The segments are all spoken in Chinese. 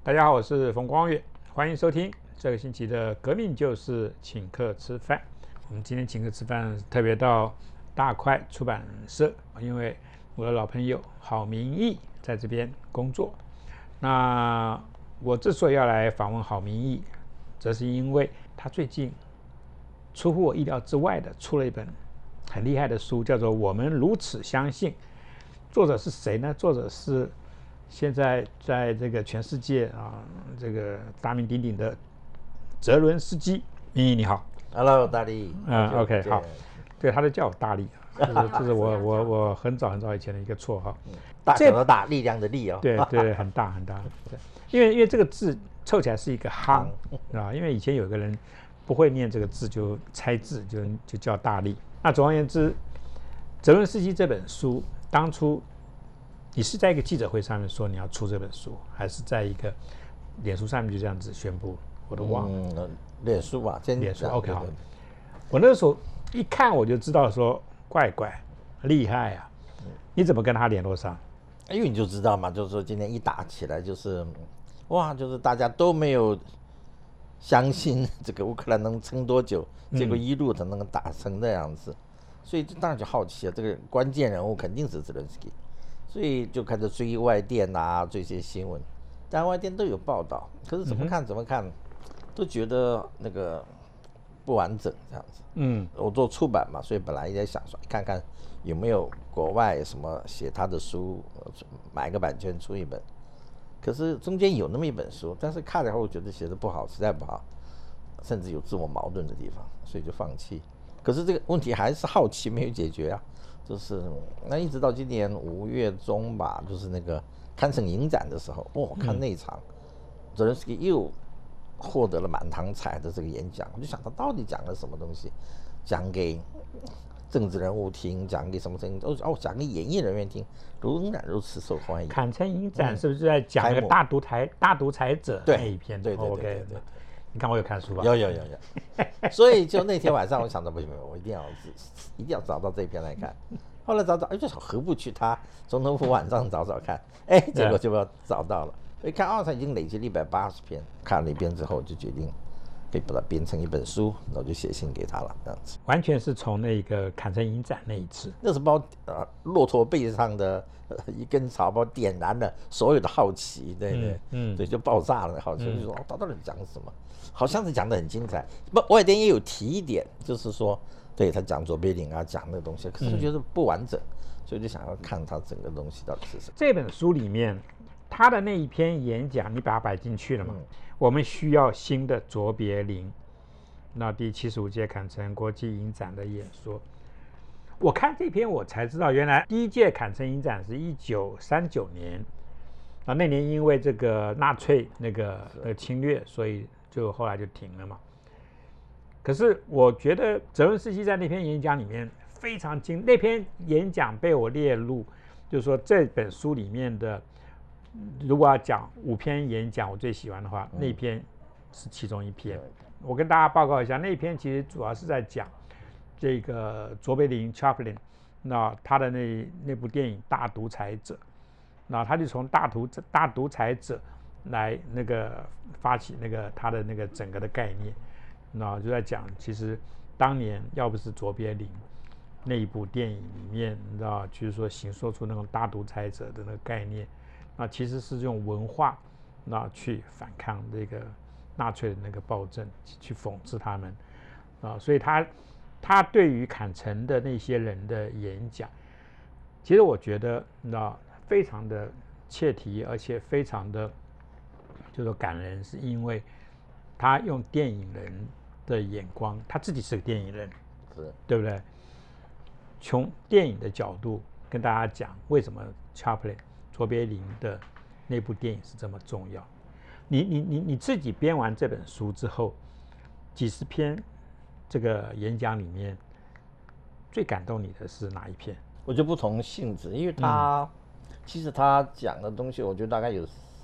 大家好，我是冯光远，欢迎收听这个星期的革命就是请客吃饭。我们今天请客吃饭，特别到大块出版社，因为我的老朋友郝明义在这边工作。那我之所以要来访问郝明义，则是因为他最近出乎我意料之外的出了一本很厉害的书，叫做《我们如此相信》。作者是谁呢？作者是现在在这个全世界这个大名鼎鼎的泽伦斯基。明义你好。 Hello， 大力。 OK， 好。对，他都叫我大力，这是我很早以前的一个绰号。 大小的大，力量的力哦。 对对，很大很大。对，因为这个字凑起来是一个夯啊，因为以前有个人不会念这个字，就拆字就叫大力。那总而言之，泽伦斯基这本书当初你是在一个记者会上面说你要出这本书，还是在一个脸书上面就这样子宣布？我都忘了。 脸书吧， 脸书 OK 好。我那时候一看我就知道说怪厉害啊！你怎么跟他联络上？ 因为你就知道嘛，就是说今天一打起来就是哇，就是大家都没有相信这个乌克兰能撑多久，结果一路的能打成那样子，所以当然就好奇啊，这个关键人物肯定是泽连斯基，所以就开始追外电啊，追些新闻，但外电都有报道，可是怎么看都觉得那个不完整这样子。我做出版嘛，所以本来也在想说看看有没有国外什么写他的书，买个版权出一本。可是中间有那么一本书，但是看了以后觉得写的不好，实在不好，甚至有自我矛盾的地方，所以就放弃。可是这个问题还是好奇没有解决啊，就是那一直到今年5月中吧，就是那个堪城影展的时候，看那一场，泽连斯基又获得了满堂彩的这个演讲，我就想他到底讲了什么东西，讲给政治人物听，讲给什么讲给演艺人员听，仍然如此受欢迎。 坎城影展是不是在讲那个大独裁者那一篇？ 对。 你看我有看书吧？ 有。所以就那天晚上，我想着不行，我一定要找到这篇来看。后来找，就想何不去他总统府晚上找看？结果就要找到了。所以看他已经累积了180篇，看了一遍之后就决定可以把它编成一本书，然后就写信给他了，这样子。 完全是从那个坎城影展那一次， 那是把骆驼背上的一根草包点燃了所有的好奇，对，就爆炸了好奇，就说他到底讲什么？好像是讲得很精彩。外电也有提一点，就是说，对他讲卓别林啊，讲那个东西，可是觉得不完整，所以就想要看他整个东西到底是什么。 这本书里面，他的那一篇演讲，你把它摆进去了嘛？我们需要新的卓别林。那第75届坎城国际影展的演说，我看这篇我才知道，原来第1届坎城影展是1939年，那年因为这个纳粹那个侵略，所以就后来就停了嘛。可是我觉得泽伦斯基在那篇演讲里面非常精，那篇演讲被我列入，就是说这本书里面的，如果要讲5篇演讲，我最喜欢的话，那篇是其中一篇。我跟大家报告一下，那篇其实主要是在讲这个卓别林 Chaplin， 那他的那部电影《大独裁者》，那他就从大独裁者来那个发起那个他的那个整个的概念，那就在讲其实当年要不是卓别林那一部电影里面，你知道，就是说形塑出那种大独裁者的那个概念，那其实是用文化那去反抗这个纳粹的那个暴政，去讽刺他们所以他对于坎城的那些人的演讲，其实我觉得那非常的切题，而且非常的就是感人，是因为他用电影人的眼光，他自己是个电影人，对不对？从电影的角度跟大家讲为什么 Chaplin 卓别林的那部电影是这么重要。你自己编完这本书之后，几十篇这个演讲里面，最感动你的是哪一篇？ 我觉得不同性质，因为其实他讲的东西，我觉得大概有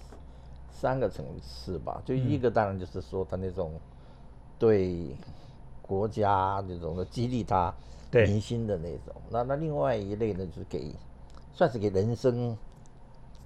3个层次吧。就一个当然就是说他那种对国家那种的激励他民心的那种，那另外一类呢，就是算是给人生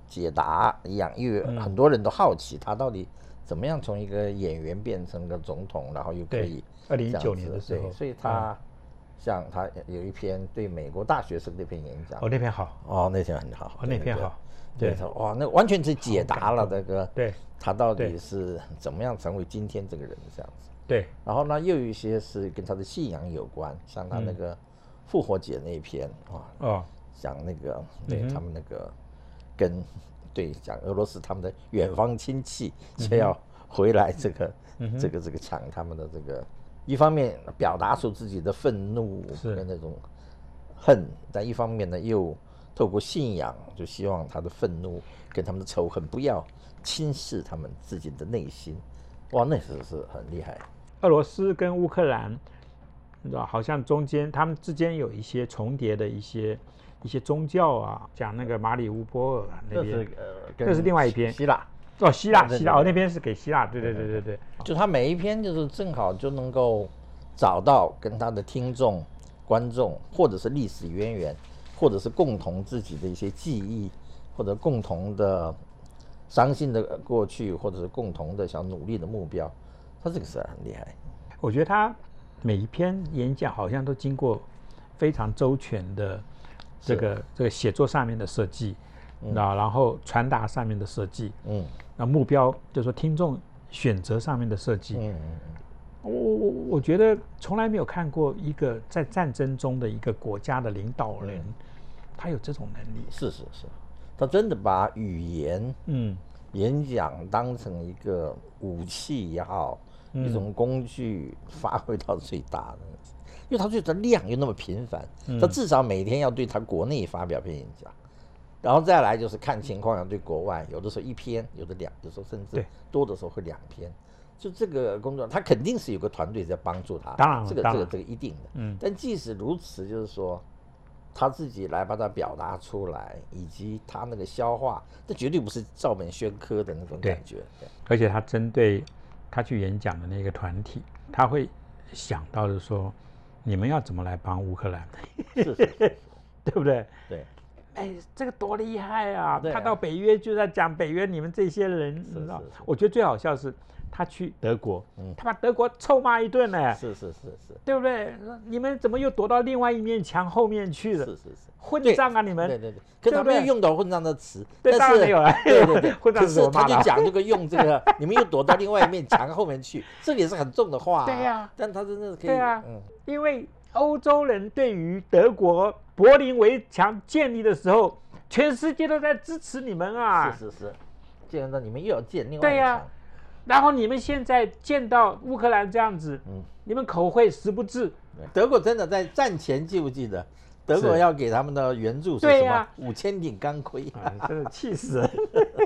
解答一样，因为很多人都好奇他到底怎么样从一个演员变成个总统，然后又可以 2019年的时候， 所以他像他有一篇对美国大学生那篇演讲， 那篇好， 那篇很好， 那篇好， 对，哇，那完全是解答了这个， 对， 他到底是怎么样成为今天这个人这样子， 对， 然后呢，又有一些是跟他的信仰有关，像他那个复活节那一篇讲那个对他们那个讲俄罗斯他们的远方亲戚却要回来这个抢他们的这个，一方面表达出自己的愤怒跟那种恨，但一方面呢又透过信仰就希望他的愤怒跟他们的仇恨不要侵蚀他们自己的内心。哇，那是很厉害。 俄罗斯跟乌克兰，你知道，好像中间他们之间有一些重叠的一些宗教啊，讲那个马里乌波尔那边，这是另外一篇希腊。 希腊那边是给希腊，对， 就他每一篇就是正好就能够找到跟他的听众、观众，或者是历史渊源，或者是共同自己的一些记忆，或者共同的伤心的过去，或者是共同的想努力的目标，他这个是很厉害。 我觉得他每一篇演讲好像都经过非常周全的这个写作上面的设计，然后传达上面的设计，那目标就是说听众选择上面的设计，我觉得从来没有看过一个在战争中的一个国家的领导人，他有这种能力。 是，他真的把语言、演讲当成一个武器也好，一种工具发挥到最大的，因为他的量又那么频繁，他至少每天要对他国内发表篇演讲，然后再来就是看情况要对国外，有的时候1篇，有的有时候甚至多的时候会2篇。就这个工作，他肯定是有个团队在帮助他， 当然这个一定的。但即使如此，就是说他自己来把它表达出来，以及他那个消化，这绝对不是照本宣科的那种感觉。对， 而且他针对他去演讲的那个团体，他会想到的说，你们要怎么来帮乌克兰？ 是， 对不对？ 对。 这个多厉害啊！他到北约就在讲北约，你们这些人，你知道？我觉得最好笑是，他去德国，他把德国臭骂一顿呢。 是， 对不对？你们怎么又躲到另外一面墙后面去了？ 是， 混账啊你们！ 对，可是他没有用到混账的词， 对，当然没有了。 对， 混账可是他就讲这个用这个，你们又躲到另外一面墙后面去，这也是很重的话。 对呀， 但他真的是可以。 对啊，因为欧洲人对于德国柏林围墙建立的时候，全世界都在支持你们啊！ 是，见到你们又要建另外一墙。 对呀，然后你们现在见到乌克兰这样子，你们口惠实不至。 德国真的在战前记不记得？德国要给他们的援助是什么？5000顶钢盔， 真的气死了。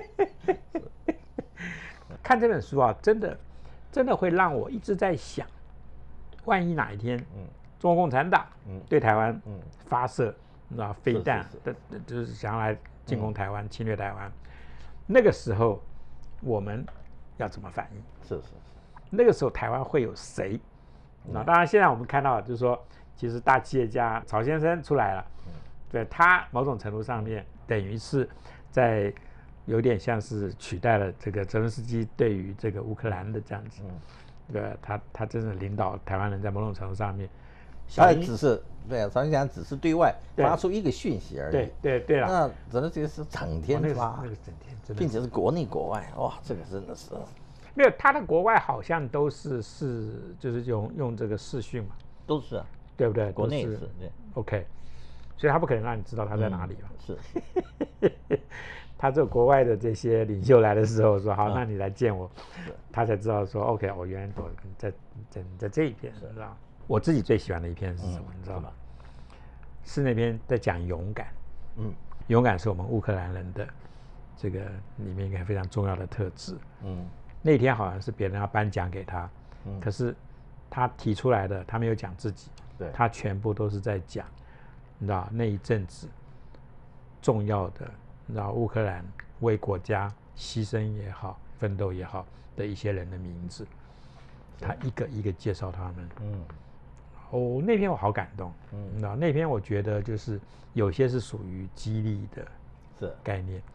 看这本书啊，真的会让我一直在想，万一哪一天，中国共产党对台湾发射飞弹，就是想要来进攻台湾、侵略台湾，那个时候我们要怎么反应？ 是， 那个时候台湾会有谁？那当然，现在我们看到就是说，其实大企业家曹先生出来了，对他某种程度上面等于是在有点像是取代了这个泽连斯基对于这个乌克兰的这样子，对，他真的领导台湾人在某种程度上面， 他只是对，曹先生只是对外发出一个讯息而已。 对了， 那泽连斯基是整天发， 那个整天真的， 并且是国内国外，哇，这个真的是。 没有，他的国外好像都是就是用这个视讯嘛， 都是啊， 对不对？ 国内也是对 ，OK， 所以他不可能让你知道他在哪里嘛。 是， 他这国外的这些领袖来的时候说好，那你来见我，他才知道说 OK， 我原来躲在这一篇，知道？我自己最喜欢的一篇是什么？你知道吗？是那篇在讲勇敢，勇敢是我们乌克兰人的这个里面一个非常重要的特质，那天好像是别人要颁奖给他，可是他提出来的，他没有讲自己，他全部都是在讲，你知道那一阵子重要的，你知道乌克兰为国家牺牲也好、奋斗也好的一些人的名字，他一个一个介绍他们。那篇我好感动，那篇我觉得就是有些是属于激励的概念。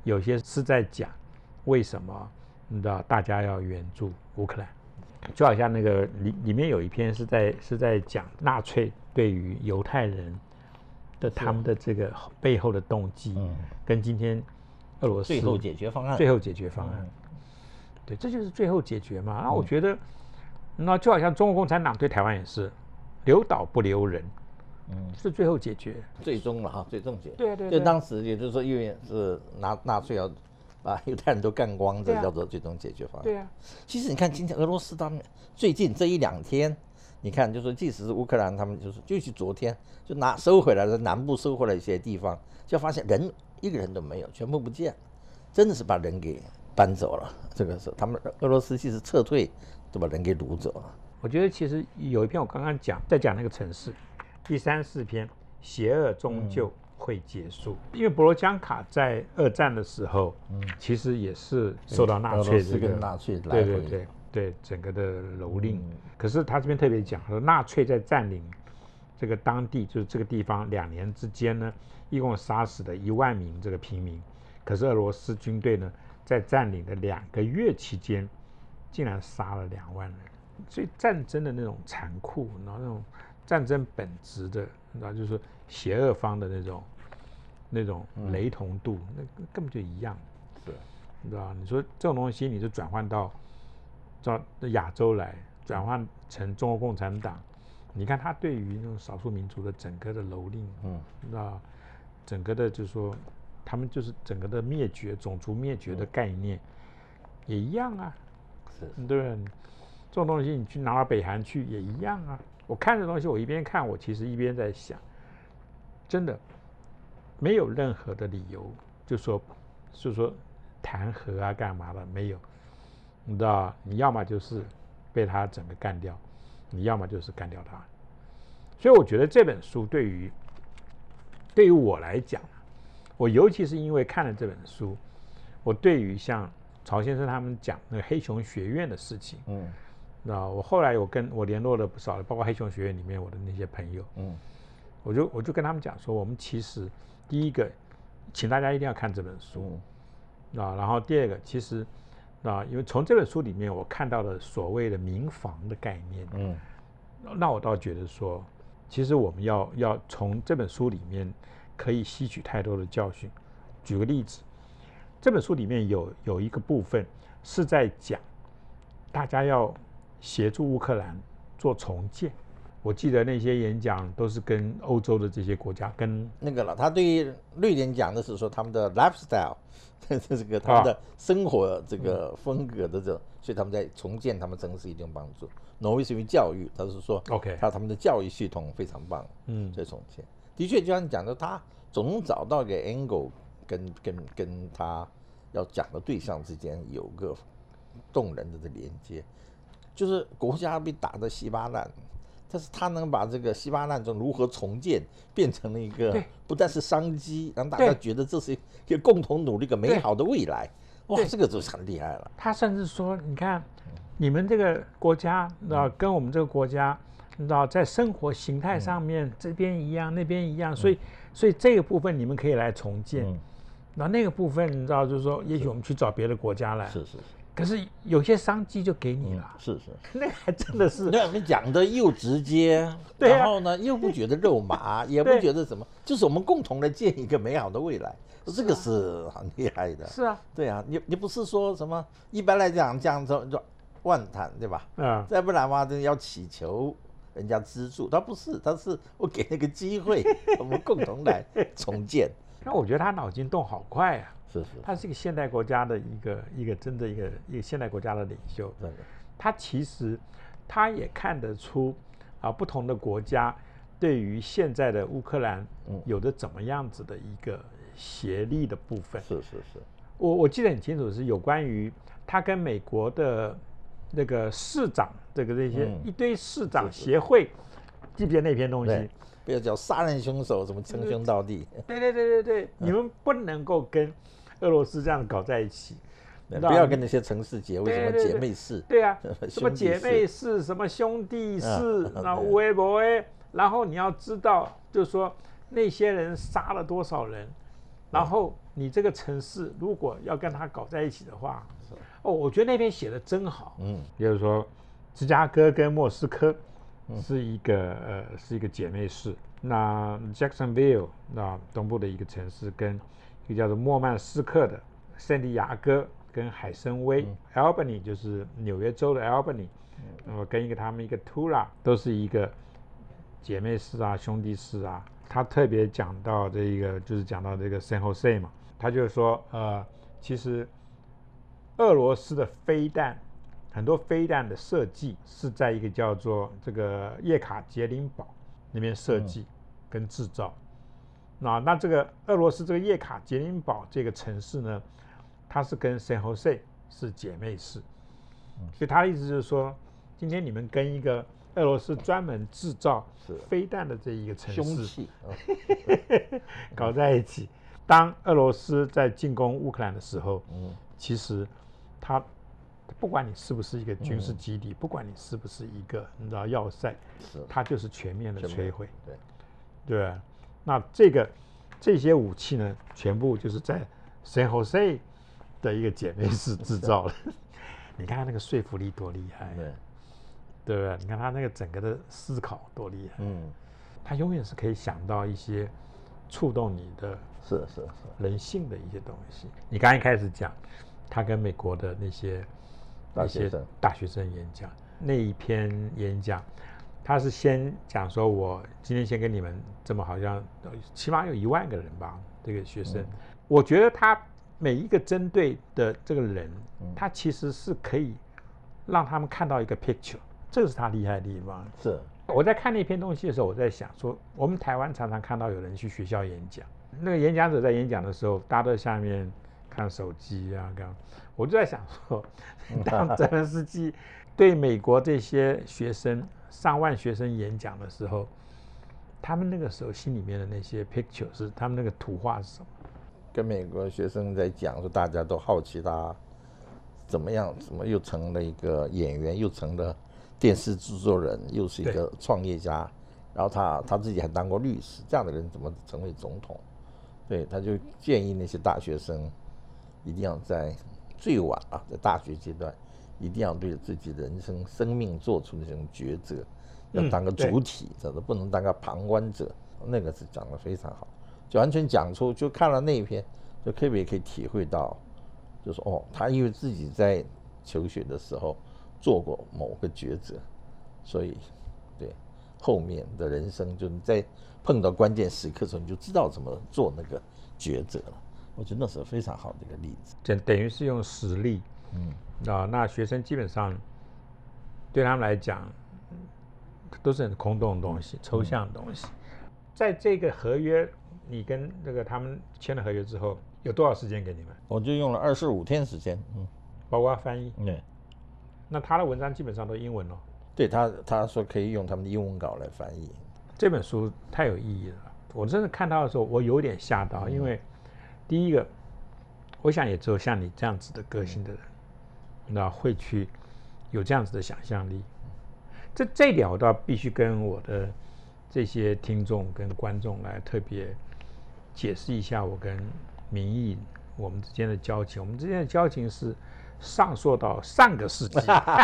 有些是在讲为什么你知道大家要援助乌克兰，就好像那个里面有一篇是在讲纳粹对于犹太人的他们的这个背后的动机，跟今天俄罗斯最后解决方案， 对，这就是最后解决嘛。那我觉得，那就好像中国共产党对台湾也是留岛不留人，是最后解决， 最终了哈，最终解决。 对， 就当时也就是说，因为是纳粹要把犹太人都干光，这叫做最终解决方案。 对啊， 其实你看今天俄罗斯他们最近这1-2天，你看就是即使是乌克兰他们就是昨天就收回来了南部收回来一些地方，就发现人一个人都没有，全部不见，真的是把人给搬走了。这个是他们俄罗斯其实撤退都把人给掳走了。 我觉得其实有一篇我刚刚在讲那个城市，第3、4篇，邪恶终究会结束。因为博罗江卡在2战的时候，其实也是受到纳粹这个跟纳粹来回对整个的蹂躏。可是他这边特别讲说，纳粹在占领这个当地，就是这个地方2年之间呢，一共杀死了1万名这个平民。可是俄罗斯军队呢，在占领的2个月期间，竟然杀了2万人。所以战争的那种残酷，然后那种战争本质的，然后就是说邪恶方的那种雷同度，那根本就一样， 是， 你知道？你说这种东西，你就转换到亚洲来，转换成中国共产党，你看他对于那种少数民族的整个的蹂躏，你知道，整个的就是说，他们就是整个的灭绝，种族灭绝的概念，也一样啊， 是， 对不对？这种东西你去拿到北韩去也一样啊。我看这东西，我一边看，我其实一边在想，真的没有任何的理由，就说弹劾啊干嘛的没有，你知道，你要么就是被他整个干掉，你要么就是干掉他。所以我觉得这本书对于我来讲，我尤其是因为看了这本书，我对于像曹先生他们讲那个黑熊学院的事情，那我后来我联络了不少，包括黑熊学院里面我的那些朋友，我就跟他们讲说，我们其实第一个，请大家一定要看这本书，然后第二个，其实因为从这本书里面我看到了所谓的民防的概念，那我倒觉得说，其实我们要从这本书里面可以吸取太多的教训。举个例子，这本书里面有一个部分是在讲大家要协助乌克兰做重建。我记得那些演讲都是跟欧洲的这些国家，跟那个了。他对瑞典讲的是说他们的 lifestyle， 这个他们的生活这个风格的这种，所以他们在重建他们城市一定有帮助。挪威是因为教育，他是说 OK， 他们的教育系统非常棒，在重建。的确，就像你讲的，他总能找到一个 angle， 跟他要讲的对象之间有个动人的连接。就是国家被打得稀巴烂，但是他能把这个稀巴烂中如何重建变成了一个不但是商机，让大家觉得这是一个共同努力一个美好的未来。哇，这个就是很厉害了。 他甚至说，你看你们这个国家跟我们这个国家在生活形态上面这边一样那边一样，所以这个部分你们可以来重建，然后那个部分你知道就是说也许我们去找别的国家来， 是可是有些商机就给你了， 是那还真的是。 那我们讲的又直接，然后呢又不觉得肉麻，也不觉得什么，就是我们共同来建一个美好的未来，这个是很厉害的。 是啊， 对啊，你不是说什么一般来讲这样子万谈对吧？再不然嘛，要祈求人家资助，他不是，他是我给那个机会，我们共同来重建。 那我觉得他脑筋动好快啊。 是， 他是一个现代国家的一个真的一个现代国家的领袖。他其实他也看得出不同的国家对于现在的乌克兰有着怎么样子的一个协力的部分。 是。 我记得很清楚，是有关于他跟美国的那个市长这些一堆市长协会，记不记得那篇东西？ 不要叫杀人凶手什么称兄道弟。 对，你们不能够跟俄罗斯这样搞在一起， 不要跟那些城市结为什么姐妹市。 对啊，什么姐妹市，什么兄弟市，然后微博，然后你要知道，就是说那些人杀了多少人， 然后你这个城市如果要跟它搞在一起的话，我觉得那篇写的真好。比如说芝加哥跟莫斯科是一个姐妹市，那 Jacksonville 那东部的一个城市跟一个叫做莫曼斯克的圣地亚哥跟海参崴，Albany 就是纽约州的 Albany，跟他们一个 Tula 都是一个姐妹市啊、兄弟市啊。他特别讲到这个，就是讲到这个 San Jose 嘛，他就是说，其实俄罗斯的飞弹，很多飞弹的设计是在一个叫做这个叶卡捷琳堡那边设计跟制造。那这个俄罗斯这个叶卡捷琳堡这个城市呢，它是跟 San Jose 是姐妹市，所以他的意思就是说，今天你们跟一个俄罗斯专门制造飞弹的这一个城市搞在一起，当俄罗斯在进攻乌克兰的时候，其实他不管你是不是一个军事基地，不管你是不是一个你知道要塞，它就是全面的摧毁。对，那这些武器呢，全部就是在 San Jose 的一个姐妹市制造的。你看他那个说服力多厉害，对不对？你看他那个整个的思考多厉害，他永远是可以想到一些触动你的人性的一些东西。你刚一开始讲他跟美国的那些大学生演讲，那一篇演讲，他是先讲说，我今天先跟你们这么好像起码有1万个人吧，这个学生，我觉得他每一个针对的这个人，他其实是可以让他们看到一个 picture。这个是他厉害的地方。 是我在看那篇东西的时候，我在想说，我们台湾常常看到有人去学校演讲，那个演讲者在演讲的时候，大家都在下面看手机啊，我就在想说，当泽连斯基对美国这些学生上万学生演讲的时候，他们那个时候心里面的那些 picture 是他们那个图画是什么？ 跟美国学生在讲说，大家都好奇他怎么又成了一个演员，又成了电视制作人，又是一个创业家，然后他自己还当过律师，这样的人怎么成为总统？对，他就建议那些大学生一定要在最晚在大学阶段，一定要对自己人生命做出那种抉择，要当个主体，不能当个旁观者。那个是讲得非常好，就完全讲出，就看了那一篇，就特别可以体会到，就是他因为自己在求学的时候做过某个抉择，所以对后面的人生，就你在碰到关键时刻的时候，你就知道怎么做那个抉择了。我觉得那是非常好的一个例子， 等于是用实力，那学生基本上对他们来讲都是很空洞的东西，抽象的东西。在这个合约，你跟这个他们签了合约之后，有多少时间给你们？ 我就用了25天时间， 包括翻译。 对， 那他的文章基本上都英文哦。 对，他说可以用他们的英文稿来翻译。 这本书太有意义了，我真的看到的时候，我有点吓到，因为第一个，我想也只有像你这样子的个性的人，那会去有这样子的想象力。这一点我倒必须跟我的这些听众跟观众来特别解释一下，我跟民意我们之间的交情。我们之间的交情是上溯到上个世纪，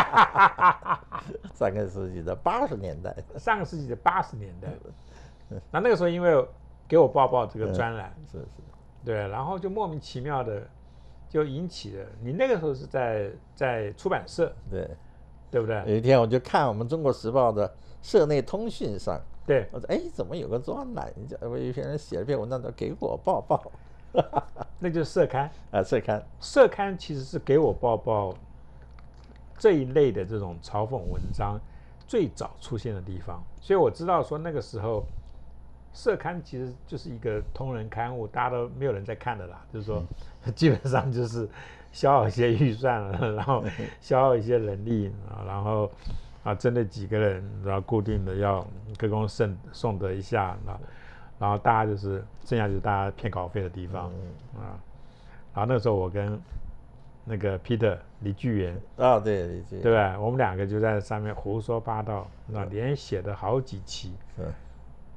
上个世纪的80年代， 上个世纪的80年代。那个时候因为给我抱抱这个专栏， 是， 对，然后就莫名其妙的就引起了你那个时候是在出版社，对不对？ 有一天我就看我们《中国时报》的社内通讯上， 对， 我说怎么有个专栏？有一篇人写了篇文章叫“给我抱抱”， 那就是社刊啊，社刊。 社刊其实是给我抱抱这一类的这种嘲讽文章最早出现的地方，所以我知道说那个时候社刊其实就是一个通人刊物，大家都没有人在看的啦，就是说基本上就是消耗一些预算了，然后消耗一些人力，然后针对几个人，然后固定的要歌功颂德一下，然后大家就是剩下就是大家骗稿费的地方然后那个时候我跟那个 Peter 李巨源对，李巨源， 对吧？我们2个就在上面胡说八道，连写了好几期。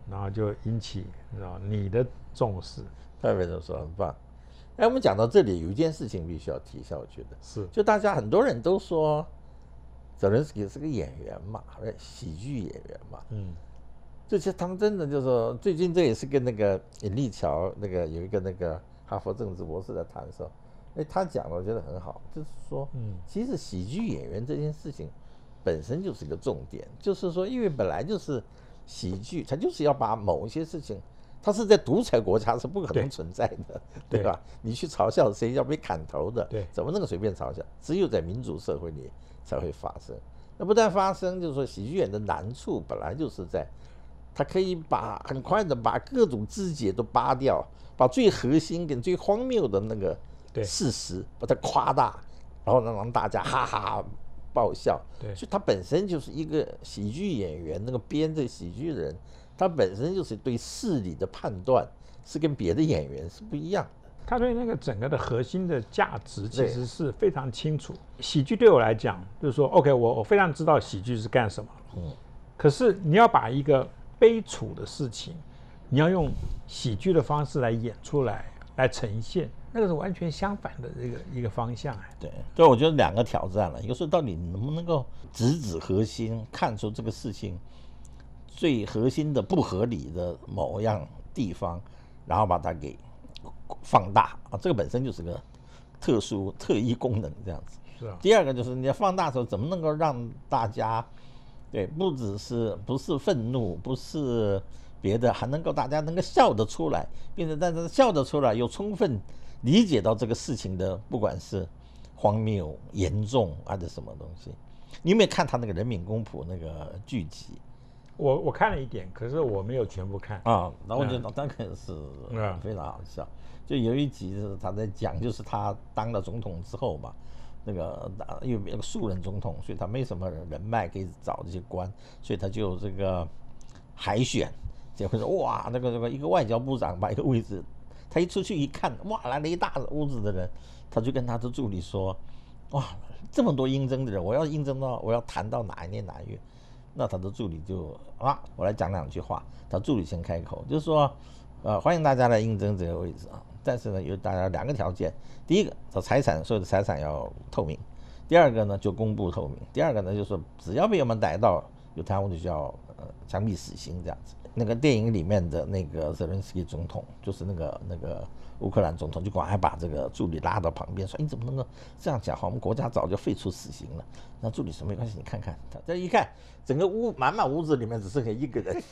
然后就引起你的重视。 特别的说很棒。哎，我们讲到这里，有一件事情必须要提一下，我觉得是， 就大家很多人都说泽连斯基是个演员嘛，喜剧演员嘛，这些他们真的就是说，最近这也是跟那个尹力桥那个有一个那个哈佛政治博士在谈的时候，哎，他讲的我觉得很好，就是说，其实喜剧演员这件事情本身就是一个重点，就是说，因为本来就是喜剧，它就是要把某一些事情，它是在独裁国家是不可能存在的，对吧？你去嘲笑谁要被砍头的， 对， 怎么能够随便嘲笑？只有在民主社会里才会发生。那不但发生，就是说喜剧演的难处本来就是在。他可以很快的把各种枝节都扒掉，把最核心跟最荒谬的那个事实把它夸大，然后让大家哈哈爆笑。 对， 所以他本身就是一个喜剧演员，那个编这喜剧的人，他本身就是对事理的判断是跟别的演员是不一样的。 他对那个整个的核心的价值其实是非常清楚。喜剧对我来讲，就是说 ，OK， 我非常知道喜剧是干什么。可是你要把一个悲楚的事情，你要用喜剧的方式来演出来，来呈现，那个是完全相反的一个方向。 对，所以我觉得两个挑战了，一个是到底能不能够直指核心，看出这个事情最核心的不合理的某样地方，然后把它给放大啊，这个本身就是个特异功能这样子。 是啊。 第二个就是你要放大的时候，怎么能够让大家对，不是愤怒，不是别的，还能够大家能够笑得出来，并且但是笑得出来又充分理解到这个事情的不管是荒谬、严重还是什么东西。你有没有看他那个人民公仆那个剧集？ 我看了一点，可是我没有全部看啊。然后我觉得那个是非常好笑。就有一集是他在讲，就是他当了总统之后嘛。因为那个素人总统，所以他没什么人脉可以找这些官，所以他就这个海选，结果说哇，那个一个外交部长把一个位置，他一出去一看，哇，来了一大屋子的人，他就跟他的助理说，哇，这么多应征的人，我要谈到哪一年哪一月，那他的助理就我来讲两句话，他助理先开口，就是说，欢迎大家来应征这个位置啊。但是呢，有大家两个条件，第一个，所有的财产要透明；第二个呢，就公布透明；第二个呢，就是说只要被我们逮到有贪污，就要枪毙死刑这样子。那个电影里面的那个泽连斯基总统，就是那个乌克兰总统，就赶快把这个助理拉到旁边说：“你怎么能够这样讲话？我们国家早就废除死刑了。”那助理说：“没关系，你看看。”他这一看，整个满满屋子里面只剩下一个人。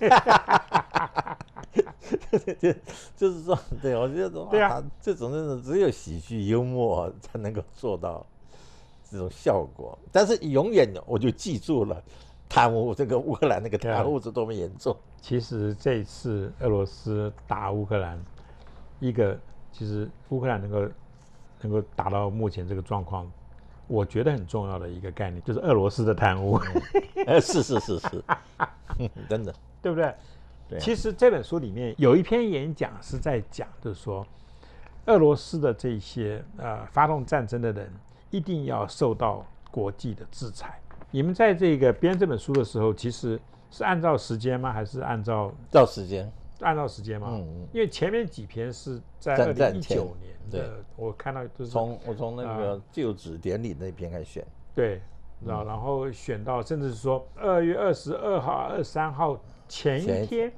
就是说，对，我觉得对啊，这种真的只有喜剧幽默才能够做到这种效果。但是永远我就记住了贪污，这个乌克兰那个贪污是多么严重。 其实这一次俄罗斯打乌克兰，其实乌克兰能够达到目前这个状况，我觉得很重要的一个概念就是俄罗斯的贪污。 是，真的， 对不对？其实这本书里面有一篇演讲是在讲，就是说，俄罗斯的这些发动战争的人一定要受到国际的制裁。你们在这个编这本书的时候，其实是按照时间吗？还是按照时间？ 按照时间吗？因为前面几篇是在2019年的，我看到就是我从那个就职典礼那篇开始选， 对，然后选到甚至是说2月22号、23号前两天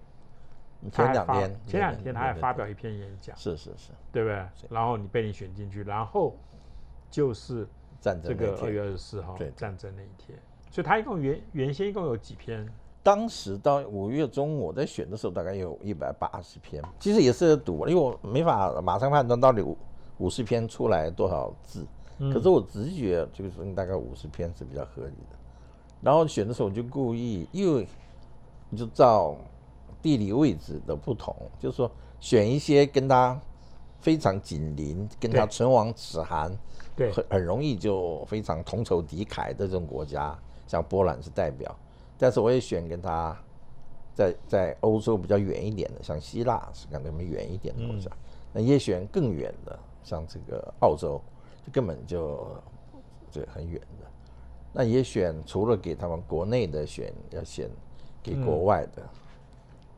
他还发表一篇演讲， 是， 对不对？然后被你选进去，然后就是这个2月24号战争那一天，所以他原先一共有几篇？ 当时到5月中我在选的时候，大概有180篇，其实也是读，因为我没法马上判断到底50篇出来多少字，可是我直觉就是大概50篇是比较合理的。然后选的时候我就故意，因为你就照地理位置的不同，就是说选一些跟他非常紧邻，跟他唇亡齿寒， 对， 很容易就非常同仇敌忾的这种国家，像波兰是代表。但是我也选跟他在欧洲比较远一点的，像希腊是跟他们远一点的国家，那也选更远的，像这个澳洲，就根本就很远的。那也选除了给他们国内的选，要选给国外的。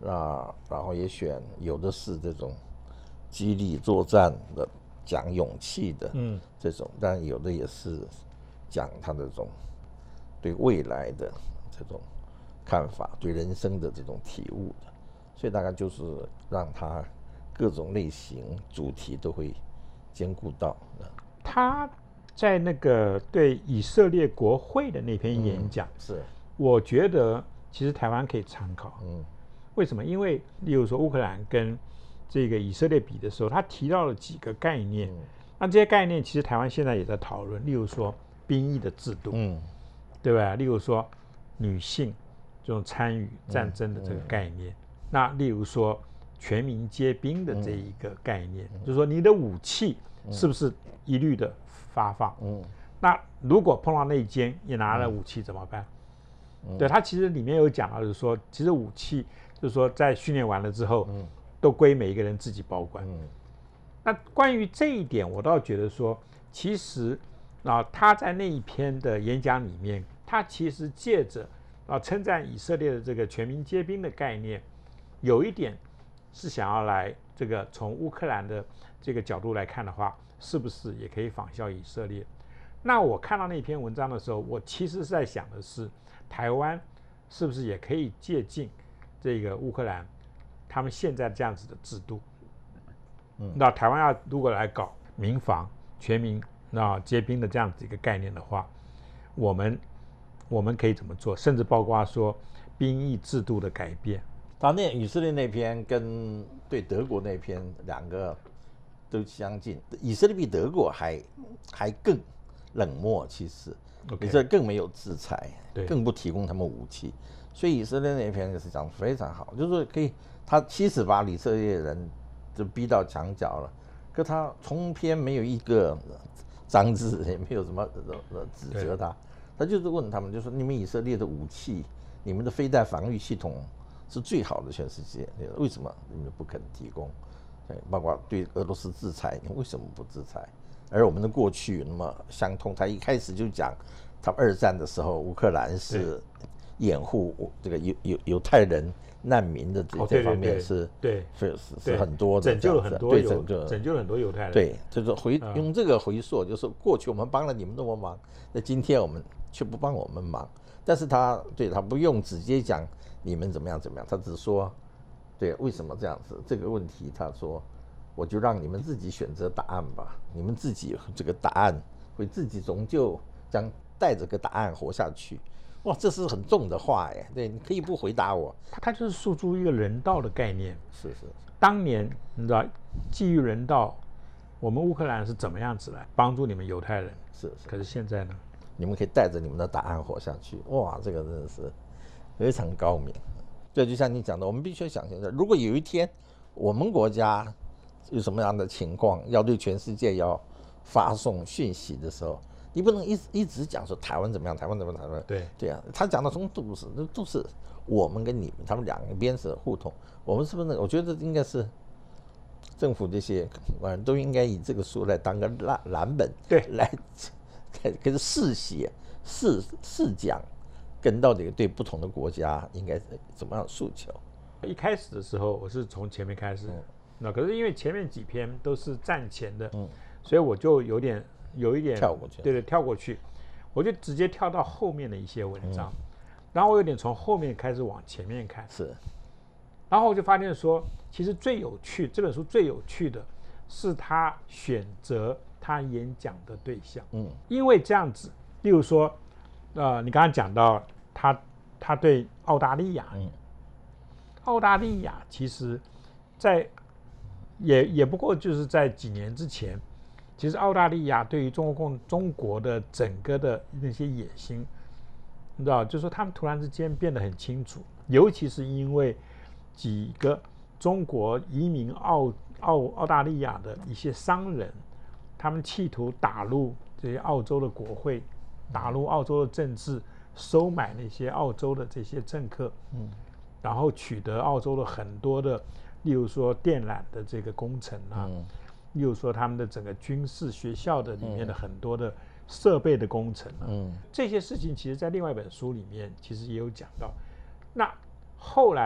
然后也选有的是这种激励作战的、讲勇气的，这种，但有的也是讲他这种对未来的这种看法，对人生的这种体悟的，所以大概就是让他各种类型主题都会兼顾到。 他在那个对以色列国会的那篇演讲， 是我觉得其实台湾可以参考。为什么？因为例如说乌克兰跟这个以色列比的时候，他提到了几个概念，那这些概念其实台湾现在也在讨论，例如说兵役的制度，对吧？例如说女性这种参与战争的这个概念，那例如说全民皆兵的这一个概念，就是说你的武器是不是一律的发放？那如果碰到内奸也拿了武器怎么办？对，他其实里面有讲到，就是说其实武器就是说在训练完了之后，都归每一个人自己保管。那关于这一点，我倒觉得说，其实他在那一篇的演讲里面，他其实借着称赞以色列的这个全民皆兵的概念，有一点是想要来这个从乌克兰的这个角度来看的话，是不是也可以仿效以色列？那我看到那篇文章的时候，我其实是在想的是，台湾是不是也可以借鉴这个乌克兰他们现在这样子的制度？那台湾要如果来搞民防全民皆兵的这样子一个概念的话，我们可以怎么做？甚至包括说兵役制度的改变。 他以色列那篇跟对德国那篇两个都相近，以色列比德国还更冷漠，其实以色列更没有制裁，更不提供他们武器，所以以色列那篇也是讲得非常好，就是说可以，他其实把以色列人就逼到墙角了，可他从篇没有一个脏字，也没有什么指责他，他就是问他们，就说你们以色列的武器，你们的飞弹防御系统是最好的全世界，为什么你们不肯提供？对，包括对俄罗斯制裁，你为什么不制裁？而我们的过去那么相通，他一开始就讲，他们二战的时候，乌克兰是掩护这个犹太人难民的这方面是很多的， 拯救了很多犹太人。 对，就是用这个回溯，就是过去我们帮了你们那么忙，那今天我们却不帮我们忙。但是他不用直接讲你们怎么样，他只说，对，为什么这样子这个问题，他说。我就让你们自己选择答案吧，你们自己这个答案会自己终究将带着个答案活下去。哇，这是很重的话耶！对，你可以不回答我。 他就是诉诸一个人道的概念。 是。 当年你知道，基于人道，我们乌克兰是怎么样子来帮助你们犹太人？ 是。 可是现在呢？ 你们可以带着你们的答案活下去。哇，这个真的是非常高明。对，就像你讲的，我们必须想象，如果有一天我们国家有什么样的情况要对全世界要发送讯息的时候，你不能一直讲说台湾怎么样，台湾。对啊，他讲的都是我们跟你们，他们两边是互通。我们是不是？我觉得应该是政府这些都应该以这个书来当个蓝本， 对， 来跟试写试讲，跟到底对不同的国家应该怎么样诉求。 一开始的时候，我是从前面开始。那可是因为前面几篇都是战前的，所以我就有一点跳过去， 对，跳过去，我就直接跳到后面的一些文章，然后我有点从后面开始往前面看，然后我就发现说，其实这本书最有趣的是他选择他演讲的对象，因为这样子，例如说，你刚刚讲到他对澳大利亚，澳大利亚其实在也不过就是在几年之前，其实澳大利亚对于中国的整个的那些野心，你知道，就是说他们突然之间变得很清楚，尤其是因为几个中国移民澳大利亚的一些商人，他们企图打入这些澳洲的国会，打入澳洲的政治，收买那些澳洲的这些政客，然后取得澳洲的很多的。例如说电缆的这个工程啊，例如说他们的整个军事学校的里面的很多的设备的工程啊，这些事情其实在另外一本书里面其实也有讲到。那后来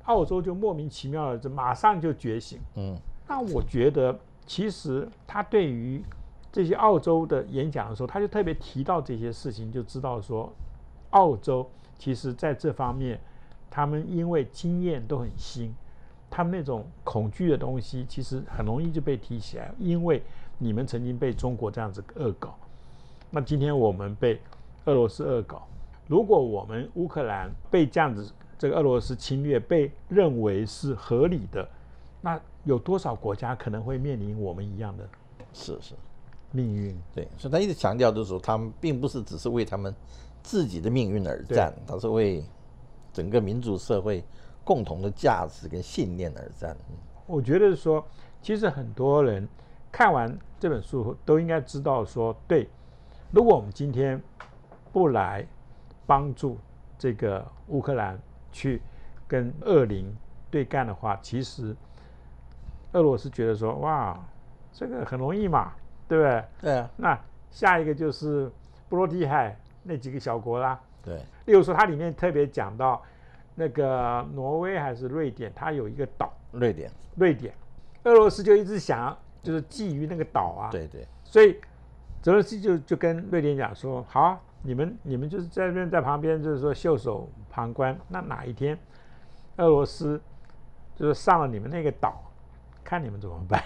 澳洲就莫名其妙的就马上就觉醒。那我觉得其实他对于这些澳洲的演讲的时候，他就特别提到这些事情，就知道说澳洲其实在这方面他们因为经验都很新，他们那种恐惧的东西其实很容易就被提起来，因为你们曾经被中国这样子恶搞，那今天我们被俄罗斯恶搞，如果我们乌克兰被这样子这个俄罗斯侵略被认为是合理的，那有多少国家可能会面临我们一样的命运？ 对，所以他一直强调就是说，他们并不是只是为他们自己的命运而战，他是为整个民主社会共同的价值跟信念而战。 我觉得说，其实很多人看完这本书都应该知道说，对，如果我们今天不来帮助这个乌克兰去跟恶灵对干的话，其实俄罗斯觉得说，哇，这个很容易嘛，对不对？ 对啊。 那下一个就是波罗的海那几个小国啦。 对。 例如说，它里面特别讲到那个挪威还是瑞典，它有一个岛。瑞典，俄罗斯就一直想就是觊觎那个岛啊。 对对。 所以泽连斯基就跟瑞典讲说，好啊，你们就是在这边在旁边就是说袖手旁观，那哪一天俄罗斯就是上了你们那个岛，看你们怎么办。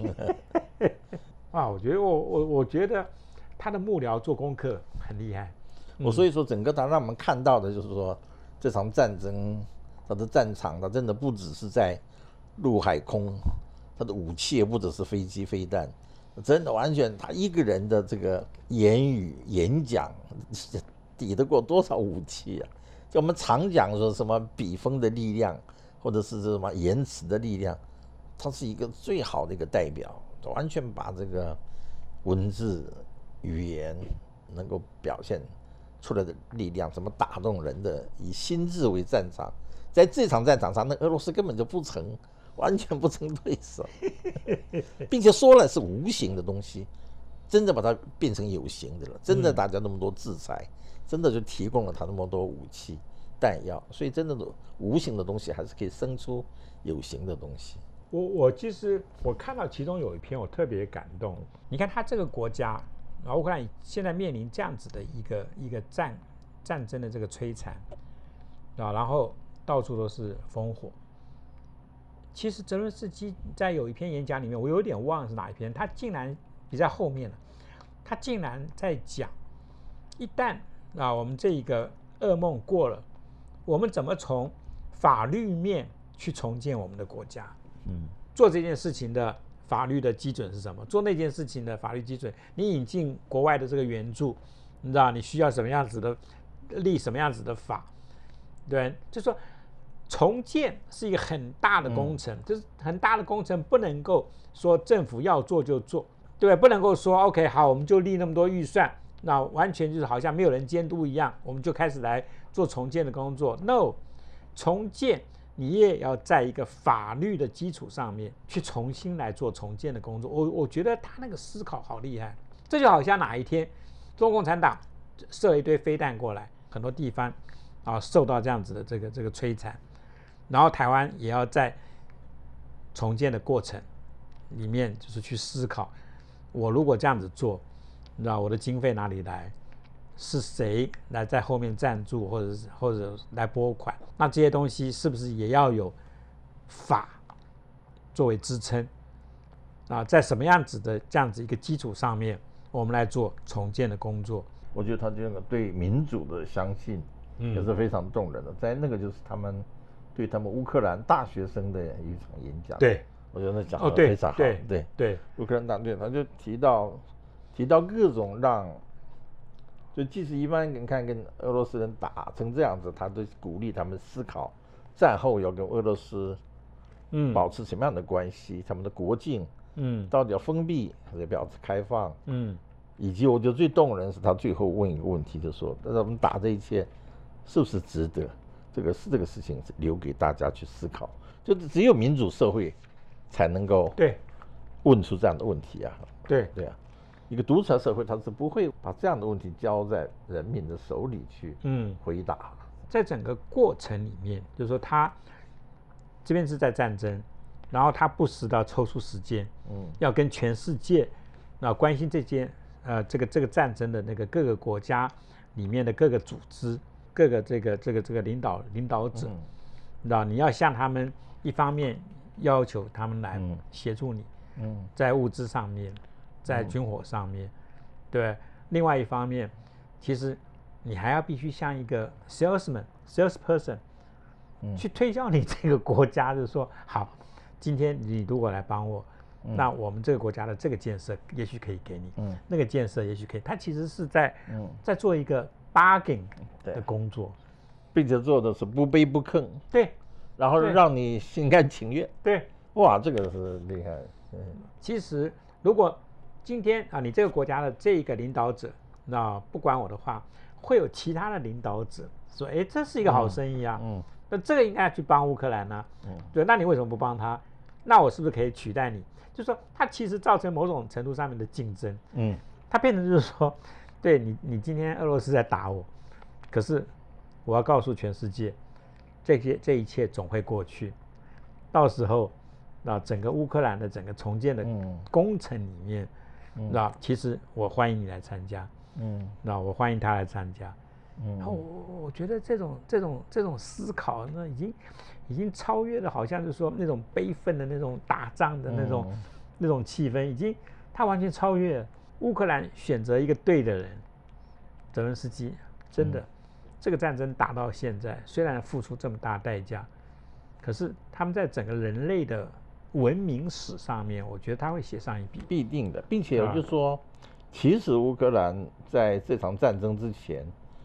啊，我觉得他的幕僚做功课很厉害。 所以说整个他让我们看到的就是说，这场战争它的战场它真的不只是在陆海空，它的武器也不只是飞机飞弹，真的完全他一个人的这个言语演讲抵得过多少武器啊。就我们常讲说什么笔锋的力量或者是什么言辞的力量，它是一个最好的一个代表，完全把这个文字语言能够表现出来的力量，怎么打动人的，以心智为战场，在这场战场上，那俄罗斯根本就完全不成对手，并且说了是无形的东西，真的把它变成有形的了，真的大家那么多制裁，真的就提供了他那么多武器弹药，所以真的无形的东西还是可以生出有形的东西。 其实我看到其中有一篇我特别感动，你看他这个国家。乌克兰现在面临这样子的一个战争的这个摧残啊，然后到处都是烽火。其实泽伦斯基在有一篇演讲里面，我有点忘了是哪一篇，他竟然比在后面了，他竟然在讲，一旦我们这一个噩梦过了，我们怎么从法律面去重建我们的国家？做这件事情的法律的基准是什么？做那件事情的法律基准，你引进国外的这个援助，你知道你需要什么样子的立什么样子的法，对，就是说重建是一个很大的工程，就是很大的工程，不能够说政府要做就做，对不对？不能够说 OK 好，我们就立那么多预算，那完全就是好像没有人监督一样，我们就开始来做重建的工作。No， 重建。你也要在一个法律的基础上面去重新来做重建的工作。我觉得他那个思考好厉害，这就好像哪一天中共产党射一堆飞弹过来，很多地方受到这样子的这个摧残，然后台湾也要在重建的过程里面就是去思考，我如果这样子做，你知道我的经费哪里来？是谁来在后面赞助或者来拨款？那这些东西是不是也要有法作为支撑？在什么样子的这样子一个基础上面，我们来做重建的工作？ 我觉得他这个对民主的相信也是非常动人的。在那个就是他们对他们乌克兰大学生的一场演讲， 对， 我觉得那讲得非常好。 对， 乌克兰大队他就提到各种让。就即使一般人看跟俄罗斯人打成这样子，他都鼓励他们思考战后要跟俄罗斯保持什么样的关系，他们的国境到底要封闭还是保持开放，以及我觉得最动人是他最后问一个问题，就是说那我们打这一切是不是值得？这个事情是留给大家去思考，就只有民主社会才能够问出这样的问题啊。对啊。一个独裁社会，他是不会把这样的问题交在人民的手里去回答。 在整个过程里面，就是说他这边是在战争，然后他不时的抽出时间，要跟全世界关心这个战争的那个各个国家里面的各个组织、各个这个领导者，你要向他们一方面要求他们来协助你，在物资上面，在军火上面，对。另外一方面，其实你还要必须像一个 salesperson，去推销你这个国家，就是说，好，今天你如果来帮我，那我们这个国家的这个建设也许可以给你，那个建设也许可以，它其实是在做一个 bargain 的工作， 并且做的是不卑不亢， 对， 然后让你心甘情愿， 对， 哇，这个是厉害。 其实如果今天你这个国家的这一个领导者，那不管我的话，会有其他的领导者说，哎，这是一个好生意啊，那这个应该要去帮乌克兰呢，对，那你为什么不帮他？那我是不是可以取代你？就是说，它其实造成某种程度上面的竞争，它变成就是说，对你今天俄罗斯在打我，可是我要告诉全世界，这一切总会过去，到时候整个乌克兰的整个重建的工程里面，其实我欢迎你来参加，我欢迎他来参加，然后我觉得这种思考呢，已经超越了好像就是说那种悲愤的那种打仗的那种气氛，他完全超越了。乌克兰选择一个对的人，泽伦斯基真的，这个战争打到现在，虽然付出这么大代价，可是他们在整个人类的文明史上面，我觉得他会写上一笔， 必定的，并且我就说，其实乌克兰在这场战争之前，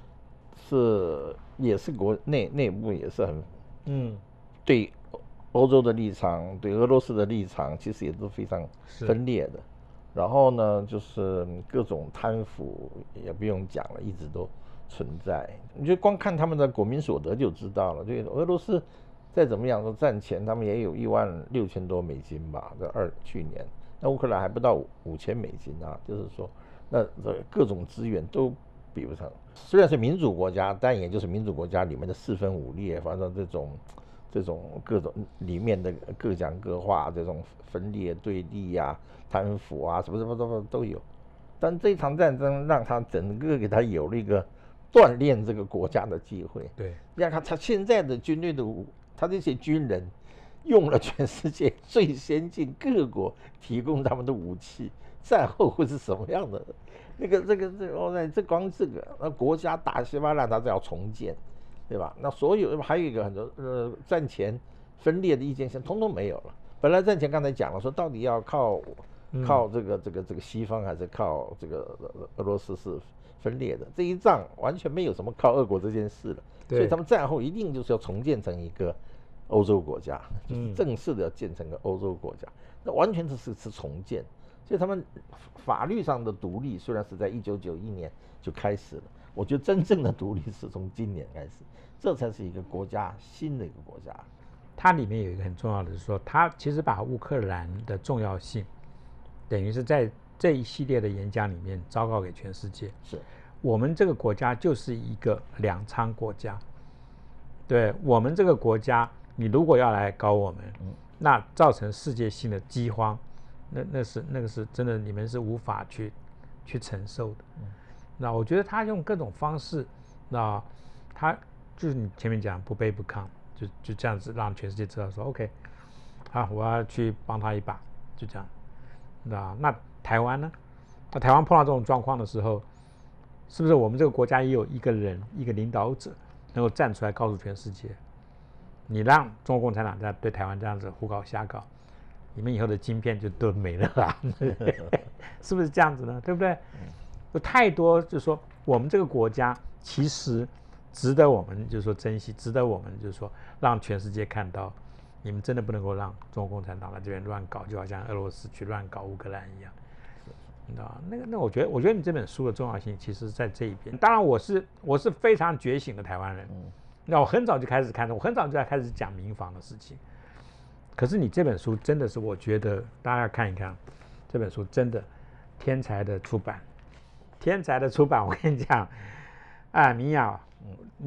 也是内部也是很，对欧洲的立场，对俄罗斯的立场，其实也是非常分裂的。然后呢，就是各种贪腐也不用讲了，一直都存在。你就光看他们的国民所得就知道了。就俄罗斯再怎么样说战前，他们也有16000多美金吧，去年。那乌克兰还不到5000美金啊，就是说，那各种资源都比不上。虽然是民主国家，但也就是民主国家里面的4分5裂，反正这种各种里面的各讲各话，这种分裂对立啊、贪腐啊，什么都有。但这场战争让他整个给他有了一个锻炼这个国家的机会。 对， 让他现在的军队他这些军人用了全世界最先进各国提供他们的武器，战后会是什么样的？这光这个国家大稀巴烂，他只要重建。对吧？那所有还有一个很多战前分裂的意见，现在通通没有了。本来战前刚才讲了，说到底要靠这个西方还是靠这个俄罗斯是分裂的，这一仗完全没有什么靠俄国这件事了。所以他们战后一定就是要重建成一个欧洲国家，就是正式的要建成一个欧洲国家，那完全是重建。所以他们法律上的独立虽然是在1991年就开始了。我觉得真正的独立是从今年开始，这才是一个国家，新的一个国家。 它里面有一个很重要的是说，它其实把乌克兰的重要性，等于是在这一系列的演讲里面昭告给全世界。 是我们这个国家就是一个粮仓国家，对我们这个国家，你如果要来搞我们，那造成世界性的饥荒，那个是真的，你们是无法去承受的。那我觉得他用各种方式，那他就是你前面讲不卑不亢，就这样子让全世界知道说 OK， 啊，我要去帮他一把，就这样。那台湾呢？那台湾碰到这种状况的时候，是不是我们这个国家也有一个人，一个领导者能够站出来告诉全世界，你让中国共产党在对台湾这样子胡搞瞎搞，你们以后的晶片就都没了啊？是不是这样子呢？对不对？有太多就是说我们这个国家其实值得我们就是说珍惜，值得我们就是说让全世界看到，你们真的不能够让中国共产党在这边乱搞，就好像俄罗斯去乱搞乌克兰一样。你知道那我觉得你这本书的重要性其实在这一边。当然我是非常觉醒的台湾人，那我很早就开始看，我很早就开始讲民防的事情。可是你这本书真的是，我觉得大家看一看，这本书真的天才的出版，我跟你讲，啊，米娅，你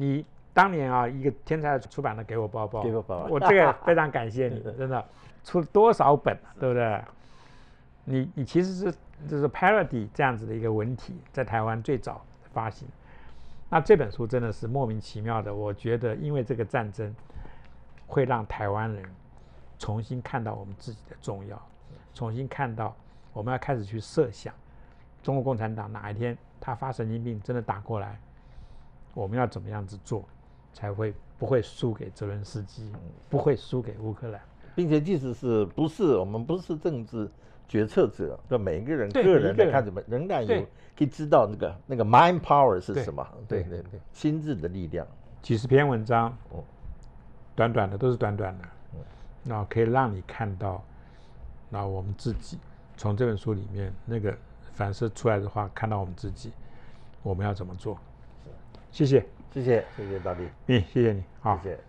当年啊，一个天才出版的给我包包， 给我包包我这个非常感谢你，真的出了多少本，对不对？你其实是就是 parody 这样子的一个文体，在台湾最早发行。那这本书真的是莫名其妙的，我觉得因为这个战争会让台湾人重新看到我们自己的重要，重新看到我们要开始去设想，中国共产党哪一天他发神经病真的打过来，我们要怎么样子做，才会不会输给泽伦斯基，不会输给乌克兰， 并且即使是不是我们不是政治决策者，就每一个人对个人每一个人的看怎么，仍然有对可以知道那个 mind power 是对什么， 对对，心智的力量。 几十篇文章， 哦短短的都是短短的，那可以让你看到，那我们自己从这本书里面那个反射出来的话，看到我们自己，我们要怎么做？谢谢， 谢谢大力， 谢谢你，好， 谢谢。